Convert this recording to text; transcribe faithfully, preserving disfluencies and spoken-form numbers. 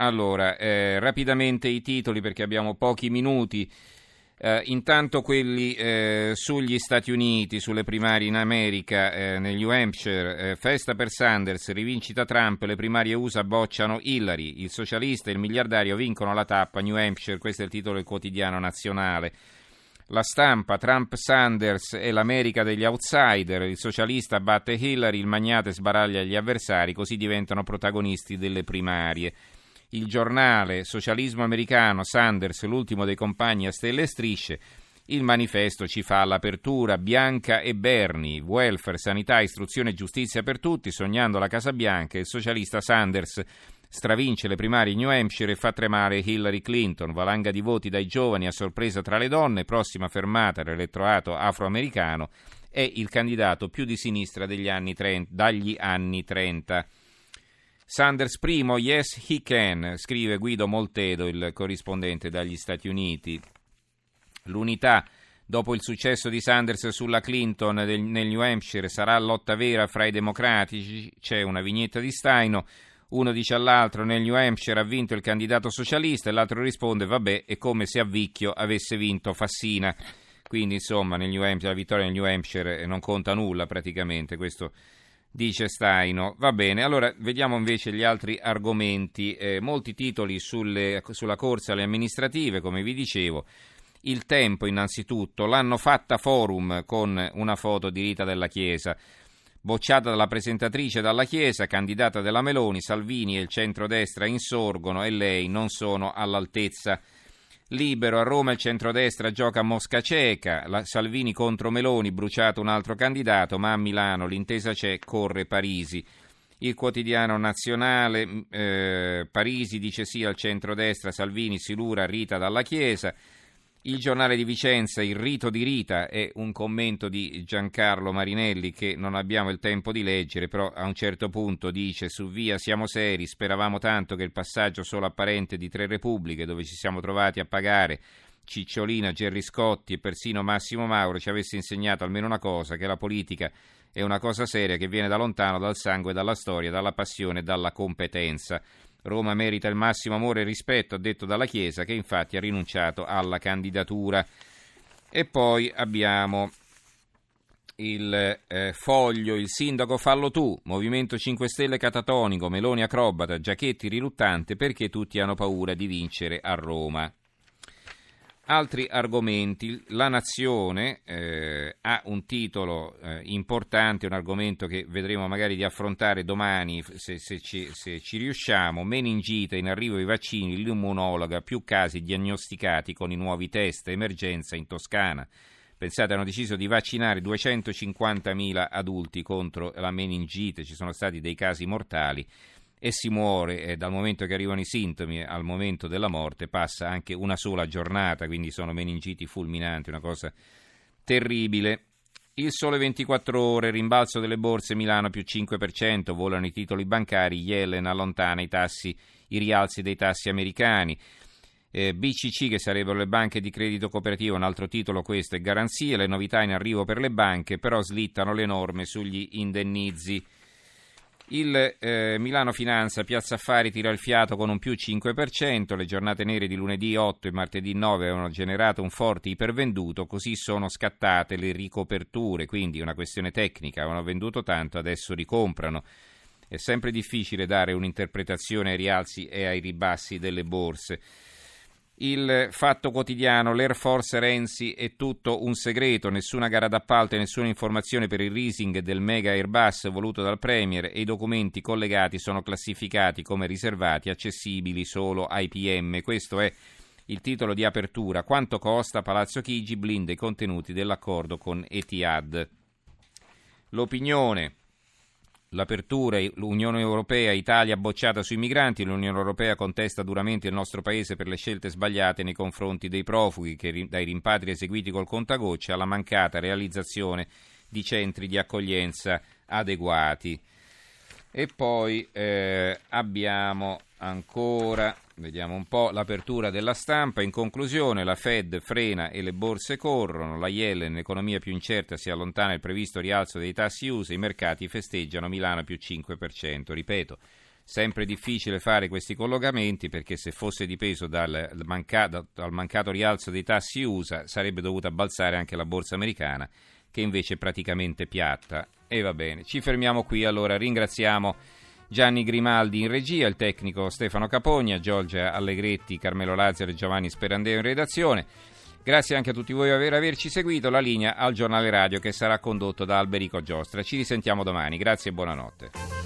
Allora, eh, rapidamente i titoli perché abbiamo pochi minuti. Eh, intanto quelli eh, sugli Stati Uniti, sulle primarie in America, eh, nel New Hampshire, eh, festa per Sanders, rivincita Trump, le primarie U S A bocciano Hillary, il socialista e il miliardario vincono la tappa New Hampshire, questo è il titolo del quotidiano nazionale. La Stampa, Trump, Sanders e l'America degli outsider, il socialista batte Hillary, il magnate sbaraglia gli avversari, così diventano protagonisti delle primarie. Il Giornale, socialismo americano, Sanders, l'ultimo dei compagni a stelle e strisce. Il Manifesto ci fa l'apertura, Bianca e Bernie, welfare, sanità, istruzione e giustizia per tutti, sognando la Casa Bianca. Il socialista Sanders stravince le primarie in New Hampshire e fa tremare Hillary Clinton, valanga di voti dai giovani a sorpresa tra le donne, prossima fermata dell'elettorato afroamericano, è il candidato più di sinistra degli anni trenta, dagli anni trenta. Sanders primo, yes he can, scrive Guido Moltedo, il corrispondente dagli Stati Uniti. L'Unità, dopo il successo di Sanders sulla Clinton del, nel New Hampshire, sarà lotta vera fra i democratici, c'è una vignetta di Staino, uno dice all'altro nel New Hampshire ha vinto il candidato socialista e l'altro risponde vabbè è come se a Vicchio avesse vinto Fassina. Quindi insomma nel New Hampshire, la vittoria nel New Hampshire non conta nulla praticamente, questo dice Staino. Va bene, allora vediamo invece gli altri argomenti. Eh, molti titoli sulle, sulla corsa alle amministrative, come vi dicevo. Il Tempo innanzitutto, l'hanno fatta Forum con una foto di Rita Della Chiesa. Bocciata dalla presentatrice Dalla Chiesa, candidata della Meloni, Salvini e il centrodestra insorgono e lei non sono all'altezza. Libero, a Roma il centrodestra gioca a mosca cieca, la Salvini contro Meloni, bruciato un altro candidato, ma a Milano l'intesa c'è, corre Parisi. Il Quotidiano Nazionale, eh, Parisi dice sì al centrodestra, Salvini silura Rita Dalla Chiesa. Il Giornale di Vicenza, il rito di Rita, è un commento di Giancarlo Marinelli che non abbiamo il tempo di leggere, però a un certo punto dice su via siamo seri, speravamo tanto che il passaggio solo apparente di Tre Repubbliche, dove ci siamo trovati a pagare Cicciolina, Gerry Scotti e persino Massimo Mauro, ci avesse insegnato almeno una cosa, che la politica è una cosa seria che viene da lontano, dal sangue, dalla storia, dalla passione e dalla competenza. Roma merita il massimo amore e rispetto, ha detto Dalla Chiesa, che infatti ha rinunciato alla candidatura. E poi abbiamo il eh, Foglio, il sindaco fallo tu, Movimento cinque Stelle catatonico, Meloni acrobata, Giachetti riluttante perché tutti hanno paura di vincere a Roma. Altri argomenti, La Nazione eh, ha un titolo eh, importante, un argomento che vedremo magari di affrontare domani se, se, ci, se ci riusciamo, meningite, in arrivo i vaccini, l'immunologa, più casi diagnosticati con i nuovi test, emergenza in Toscana. Pensate, hanno deciso di vaccinare duecentocinquantamila adulti contro la meningite, ci sono stati dei casi mortali. E si muore, e dal momento che arrivano i sintomi al momento della morte passa anche una sola giornata, quindi sono meningiti fulminanti, una cosa terribile. Il Sole ventiquattro Ore, rimbalzo delle borse, Milano più cinque per cento, volano i titoli bancari, Yellen allontana i tassi, i rialzi dei tassi americani. Eh, B C C, che sarebbero le banche di credito cooperativo, un altro titolo questo, è garanzie, le novità in arrivo per le banche, però slittano le norme sugli indennizi. Il eh, Milano Finanza, Piazza Affari tira il fiato con un più cinque per cento, le giornate nere di lunedì otto e martedì nove avevano generato un forte ipervenduto, così sono scattate le ricoperture, quindi una questione tecnica, avevano venduto tanto, adesso ricomprano. È sempre difficile dare un'interpretazione ai rialzi e ai ribassi delle borse. Il Fatto Quotidiano, l'Air Force Renzi è tutto un segreto, nessuna gara d'appalto e nessuna informazione per il leasing del mega Airbus voluto dal Premier e i documenti collegati sono classificati come riservati, accessibili solo ai P M. Questo è il titolo di apertura. Quanto costa? Palazzo Chigi blinda i contenuti dell'accordo con Etihad. L'Opinione. L'apertura, l'Unione Europea, Italia bocciata sui migranti, l'Unione Europea contesta duramente il nostro paese per le scelte sbagliate nei confronti dei profughi, che dai rimpatri eseguiti col contagocce alla mancata realizzazione di centri di accoglienza adeguati. E poi eh, abbiamo ancora, vediamo un po', l'apertura della Stampa. In conclusione, la Fed frena e le borse corrono, la Yellen, l'economia più incerta, si allontana il previsto rialzo dei tassi U S A, i mercati festeggiano, Milano più cinque per cento. Ripeto, sempre difficile fare questi collocamenti, perché se fosse dipeso dal mancato, dal mancato rialzo dei tassi U S A sarebbe dovuta balzare anche la borsa americana, che invece è praticamente piatta. E va bene, ci fermiamo qui allora. Ringraziamo Gianni Grimaldi in regia, il tecnico Stefano Capogna, Giorgia Allegretti, Carmelo Lazzaro e Giovanni Sperandeo in redazione. Grazie anche a tutti voi per averci seguito. La linea al giornale radio, che sarà condotto da Alberico Giostra. Ci risentiamo domani, grazie e buonanotte.